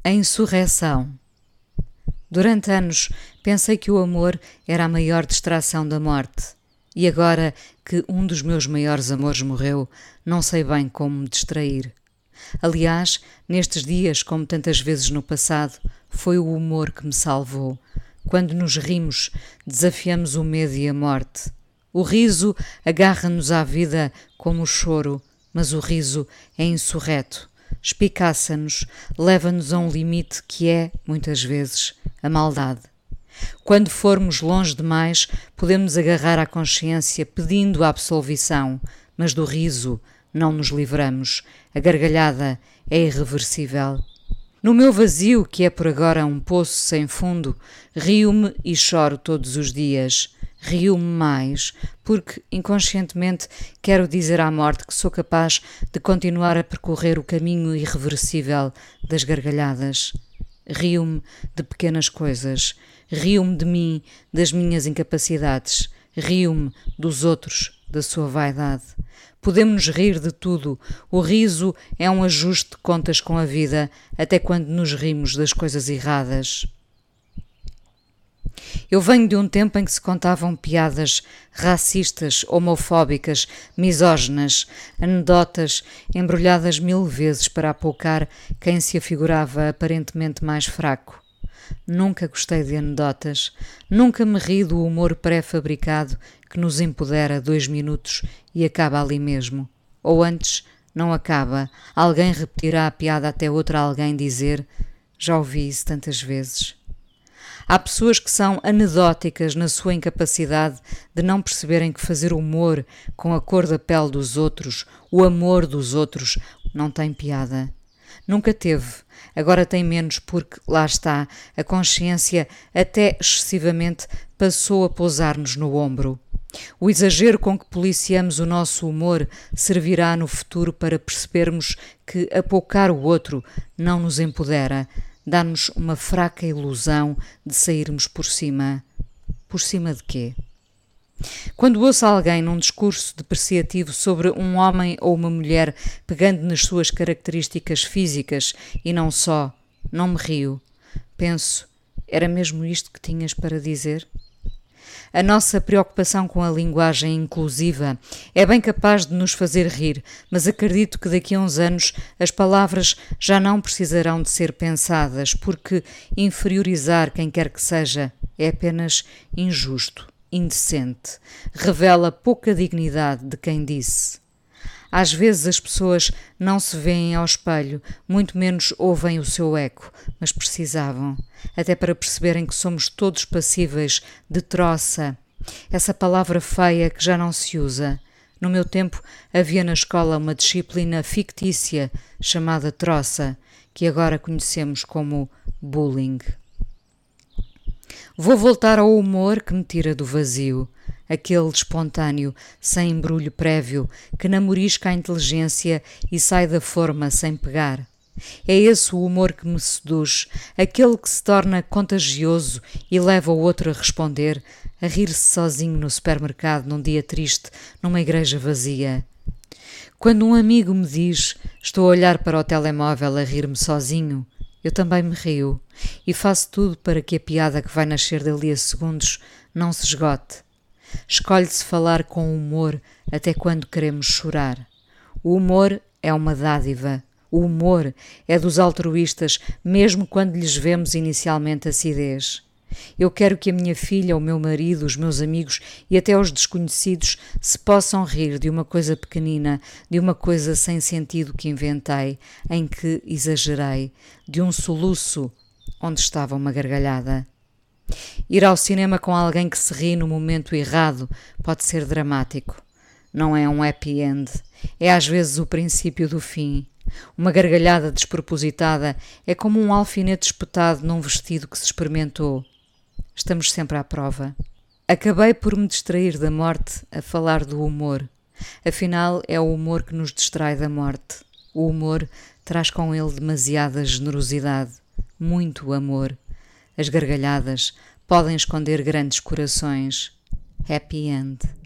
A insurreição. Durante anos pensei que o amor era a maior distração da morte. E agora que um dos meus maiores amores morreu, não sei bem como me distrair. Aliás, nestes dias, como tantas vezes no passado, foi o humor que me salvou. Quando nos rimos, desafiamos o medo e a morte. O riso agarra-nos à vida como o choro, mas o riso é insurreto. Espicaça-nos, leva-nos a um limite que é, muitas vezes, a maldade. Quando formos longe demais, podemos agarrar à consciência pedindo a absolvição, mas do riso não nos livramos. A gargalhada é irreversível. No meu vazio, que é por agora um poço sem fundo, rio-me e choro todos os dias. Rio-me mais, porque inconscientemente quero dizer à morte que sou capaz de continuar a percorrer o caminho irreversível das gargalhadas. Rio-me de pequenas coisas, rio-me de mim, das minhas incapacidades, rio-me dos outros, da sua vaidade. Podemos-nos rir de tudo, o riso é um ajuste de contas com a vida, até quando nos rimos das coisas erradas. Eu venho de um tempo em que se contavam piadas racistas, homofóbicas, misóginas, anedotas embrulhadas 1000 vezes para apoucar quem se afigurava aparentemente mais fraco. Nunca gostei de anedotas, nunca me ri do humor pré-fabricado que nos empodera 2 minutos e acaba ali mesmo. Ou antes, não acaba, alguém repetirá a piada até outra alguém dizer «Já ouvi isso tantas vezes». Há pessoas que são anedóticas na sua incapacidade de não perceberem que fazer humor com a cor da pele dos outros, o amor dos outros, não tem piada. Nunca teve, agora tem menos porque, lá está, a consciência até excessivamente passou a pousar-nos no ombro. O exagero com que policiamos o nosso humor servirá no futuro para percebermos que apoucar o outro não nos empodera, dá-nos uma fraca ilusão de sairmos por cima. Por cima de quê? Quando ouço alguém num discurso depreciativo sobre um homem ou uma mulher pegando nas suas características físicas e não só, não me rio. Penso, era mesmo isto que tinhas para dizer? A nossa preocupação com a linguagem inclusiva é bem capaz de nos fazer rir, mas acredito que daqui a uns anos as palavras já não precisarão de ser pensadas, porque inferiorizar quem quer que seja é apenas injusto, indecente, revela pouca dignidade de quem disse. Às vezes as pessoas não se veem ao espelho, muito menos ouvem o seu eco, mas precisavam, até para perceberem que somos todos passíveis de troça. Essa palavra feia que já não se usa. No meu tempo havia na escola uma disciplina fictícia chamada troça, que agora conhecemos como bullying. Vou voltar ao humor que me tira do vazio, aquele espontâneo, sem embrulho prévio, que namorisca a inteligência e sai da forma sem pegar. É esse o humor que me seduz, aquele que se torna contagioso e leva o outro a responder, a rir-se sozinho no supermercado num dia triste, numa igreja vazia. Quando um amigo me diz, estou a olhar para o telemóvel a rir-me sozinho, eu também me rio e faço tudo para que a piada que vai nascer dali a segundos não se esgote. Escolhe-se falar com humor até quando queremos chorar. O humor é uma dádiva. O humor é dos altruístas, mesmo quando lhes vemos inicialmente acidez. Eu quero que a minha filha, o meu marido, os meus amigos e até os desconhecidos se possam rir de uma coisa pequenina, de uma coisa sem sentido que inventei, em que exagerei, de um soluço onde estava uma gargalhada. Ir ao cinema com alguém que se ri no momento errado pode ser dramático. Não é um happy end. É às vezes o princípio do fim. Uma gargalhada despropositada é como um alfinete espetado num vestido que se experimentou. Estamos sempre à prova. Acabei por me distrair da morte a falar do humor. Afinal, é o humor que nos distrai da morte. O humor traz com ele demasiada generosidade, muito amor. As gargalhadas podem esconder grandes corações. Happy end.